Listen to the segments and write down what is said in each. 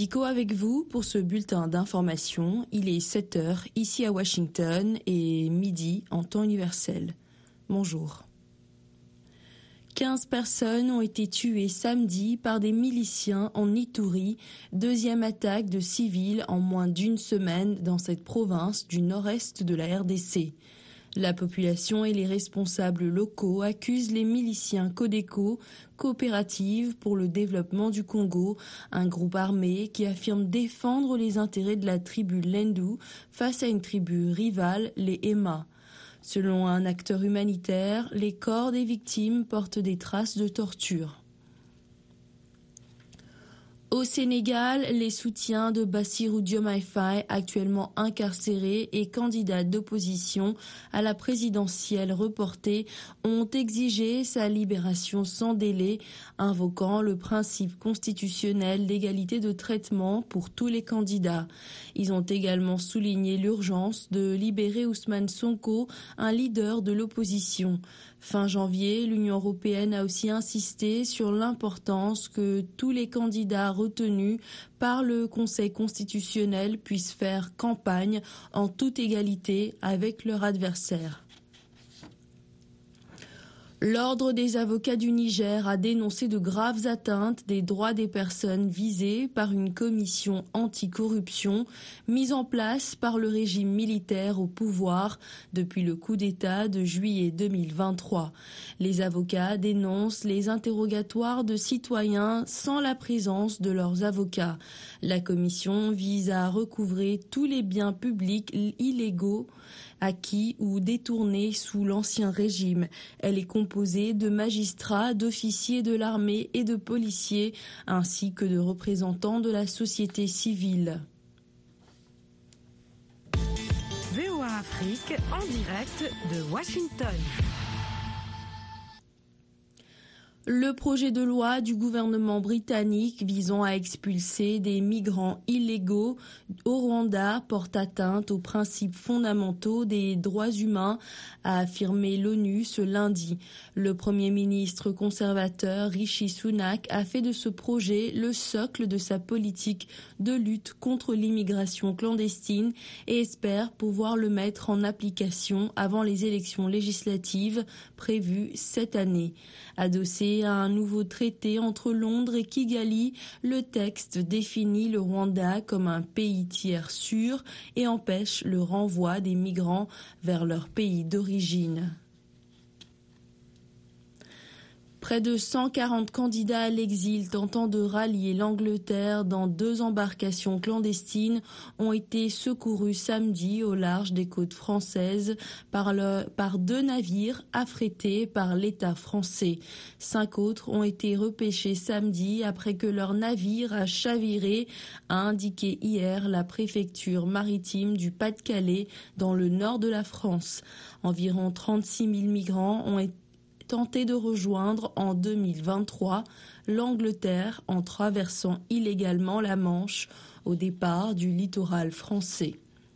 Dico avec vous pour ce bulletin d'information. Il est 7h ici à Washington et midi en temps universel. Bonjour. 15 personnes ont été tuées samedi par des miliciens en Ituri, deuxième attaque de civils en moins d'une semaine dans cette province du nord-est de la RDC. La population et les responsables locaux accusent les miliciens Codeco, Coopérative pour le développement du Congo, un groupe armé qui affirme défendre les intérêts de la tribu Lendu face à une tribu rivale, les Emma. Selon un acteur humanitaire, les corps des victimes portent des traces de torture. Au Sénégal, les soutiens de Bassirou Diomaye Faye, actuellement incarcéré et candidat d'opposition à la présidentielle reportée, ont exigé sa libération sans délai, invoquant le principe constitutionnel d'égalité de traitement pour tous les candidats. Ils ont également souligné l'urgence de libérer Ousmane Sonko, un leader de l'opposition. Fin janvier, l'Union européenne a aussi insisté sur l'importance que tous les candidats retenus par le Conseil constitutionnel puissent faire campagne en toute égalité avec leur adversaire. L'Ordre des avocats du Niger a dénoncé de graves atteintes des droits des personnes visées par une commission anticorruption mise en place par le régime militaire au pouvoir depuis le coup d'État de juillet 2023. Les avocats dénoncent les interrogatoires de citoyens sans la présence de leurs avocats. La commission vise à recouvrer tous les biens publics illégaux acquis ou détournés sous l'ancien régime. Elle est composée de magistrats, d'officiers de l'armée et de policiers, ainsi que de représentants de la société civile. VOA Afrique en direct de Washington. Le projet de loi du gouvernement britannique visant à expulser des migrants illégaux au Rwanda porte atteinte aux principes fondamentaux des droits humains, a affirmé l'ONU ce lundi. Le Premier ministre conservateur Rishi Sunak a fait de ce projet le socle de sa politique de lutte contre l'immigration clandestine et espère pouvoir le mettre en application avant les élections législatives prévues cette année. Adossé à un nouveau traité entre Londres et Kigali, le texte définit le Rwanda comme un pays tiers sûr et empêche le renvoi des migrants vers leur pays d'origine. Près de 140 candidats à l'exil tentant de rallier l'Angleterre dans 2 embarcations clandestines ont été secourus samedi au large des côtes françaises par 2 navires affrétés par l'État français. 5 autres ont été repêchés samedi après que leur navire a chaviré, a indiqué hier la préfecture maritime du Pas-de-Calais dans le nord de la France. Environ 36 000 migrants ont été tenté de rejoindre en 2023 l'Angleterre en traversant illégalement la Manche au départ du littoral français.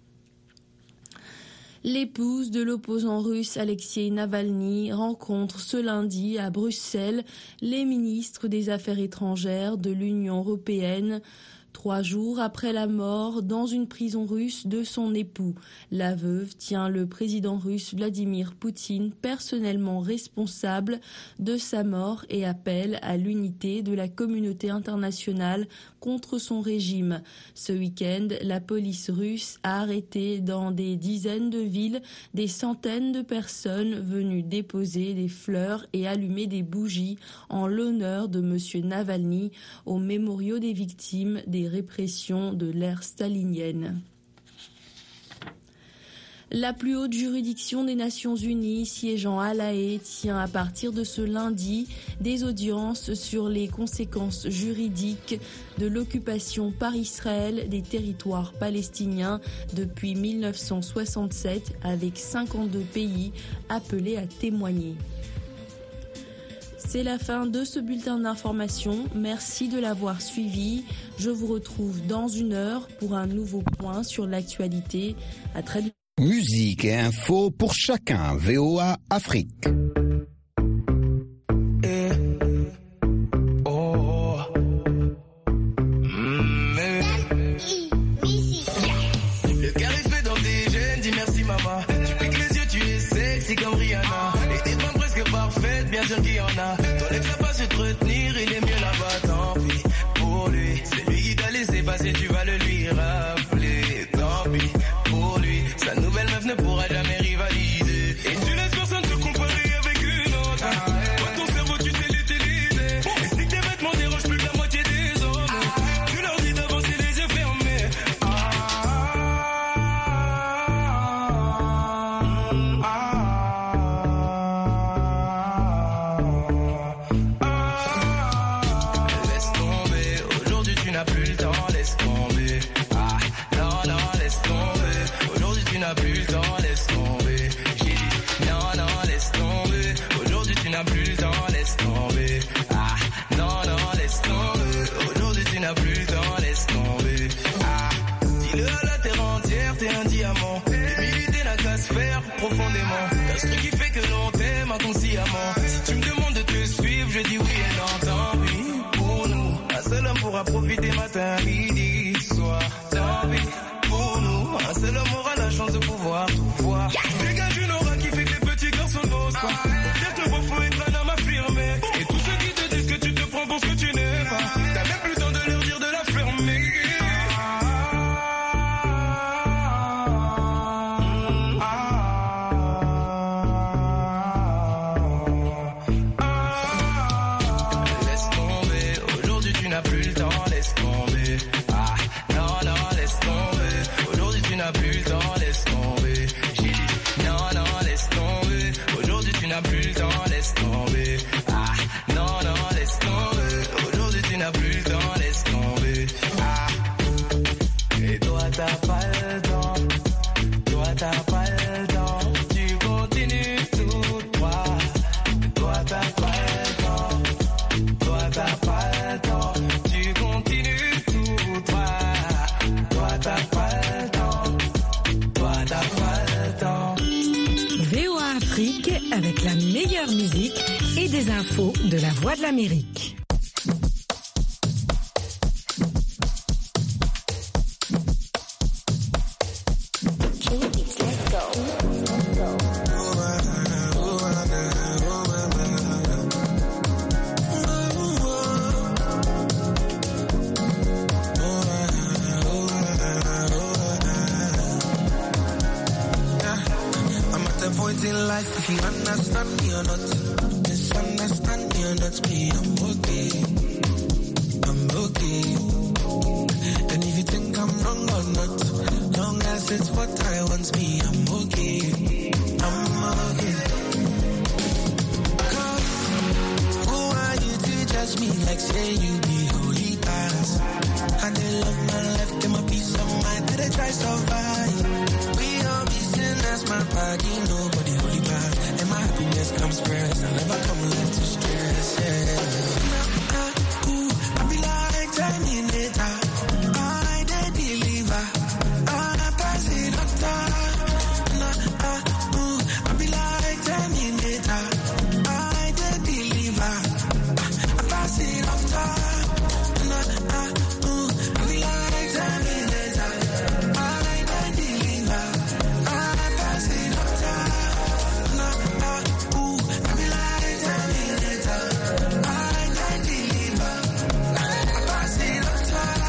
L'épouse de l'opposant russe Alexei Navalny rencontre ce lundi à Bruxelles les ministres des Affaires étrangères de l'Union européenne. 3 jours après la mort dans une prison russe de son époux. La veuve tient le président russe Vladimir Poutine personnellement responsable de sa mort et appelle à l'unité de la communauté internationale contre son régime. Ce week-end, la police russe a arrêté dans des dizaines de villes des centaines de personnes venues déposer des fleurs et allumer des bougies en l'honneur de M. Navalny aux mémoriaux des victimes des répressions de l'ère stalinienne. La plus haute juridiction des Nations Unies siégeant à La Haye tient à partir de ce lundi des audiences sur les conséquences juridiques de l'occupation par Israël des territoires palestiniens depuis 1967 avec 52 pays appelés à témoigner. C'est la fin de ce bulletin d'information. Merci de l'avoir suivi. Je vous retrouve dans 1 heure pour un nouveau point sur l'actualité. À très bientôt. Musique et info pour chacun. VOA Afrique. bien sûr qu'il y en a. Ton ex n'a pas su te retenir, il est mieux là-bas, tant pis pour lui. C'est lui qui t'a laissé passer, tu vas le lui rappeler. Tant pis pour lui, sa nouvelle meuf ne pourra jamais rivaliser. Et tu laisses personne te comparer avec une autre. Toi ton cerveau tu sais l'utiliser. Et si tes vêtements dérangent plus de la moitié des hommes, tu leur dis d'avancer les yeux fermés. Laisse tomber, aujourd'hui tu n'as plus le temps, laisse tomber. Non, non, laisse tomber, aujourd'hui tu n'as plus le temps, laisse tomber. J'ai dit non, non, laisse tomber, aujourd'hui tu n'as plus le temps, laisse tomber. Non, non, laisse tomber, aujourd'hui tu n'as plus le temps, laisse tomber. Dis-le à la terre entière, t'es un diamant. L'humilité n'a qu'à se faire profondément. T'as ce truc qui fait que l'on t'aime inconsciemment. Si tu me demandes de te suivre, je dis oui et non, tant pis pour nous. Un seul homme pourra profiter matin, midi, soir. Tant pis pour nous. Un seul homme aura la chance de pouvoir tout voir. Dégage une aura qui fait que les petits garçons n'osent pas. Pour dire te beau, faut être un homme affirmé. Et tous ceux qui te disent que tu te prends pour ce que tu n'es pas, t'as même plus le temps de leur dire de la fermer. Laisse tomber, aujourd'hui tu n'as plus le temps, laisse tomber. Non, non, laisse tomber, aujourd'hui tu n'as plus le temps, laisse tomber. J'ai dit non, non, laisse tomber, aujourd'hui tu n'as plus le temps, laisse tomber. Non, non, laisse tomber, aujourd'hui tu n'as plus le temps, laisse tomber. Et toi t'as pas le temps, toi t'as pas le temps, tu continues tout droit. Toi t'as pas le temps, toi t'as pas le temps, tu continues tout droit. Toi t'as pas le temps, toi t'as pas le temps. VOA Afrique avec la meilleure musique et des infos de la Voix de l'Amérique. I'm at the point in life, if you understand me or not, misunderstand me or not, me, I'm okay. I'm okay. And if you think I'm wrong or not, long as it's what I want, me, I'm okay. I'm okay. 'Cause who are you to judge me like say you be holy past? And they love my life, get my peace of mind, that I try survive. We all be sinners, my body, nobody holy past. And my happiness comes first, I never come left to stress, yeah. I be like Terminator, I dey deliver, I pass it up time. I be like Terminator, I dey deliver, I pass it up time. I be like Terminator, I dey deliver, I pass it up time. I be like Terminator, I dey deliver, I pass it up time.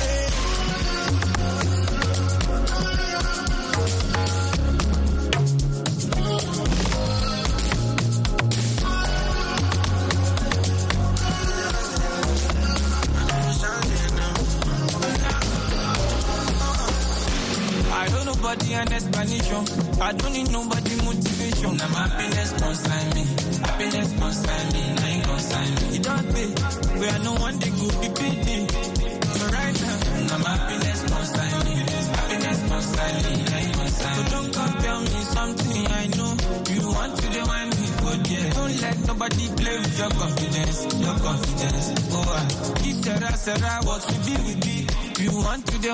I don't nobody an explanation. I don't need nobody motivation. Now my happiness consign me. Happiness consign me. I ain't consign me. You don't pay. We are no one they could be paid. But right now my happiness consign me. Happiness consign me. I ain't consign me. So don't come tell me something I know. You want to demand me for there. Don't let nobody play with your confidence. Your confidence. Oh, this Sarah, what we be, we be. You want to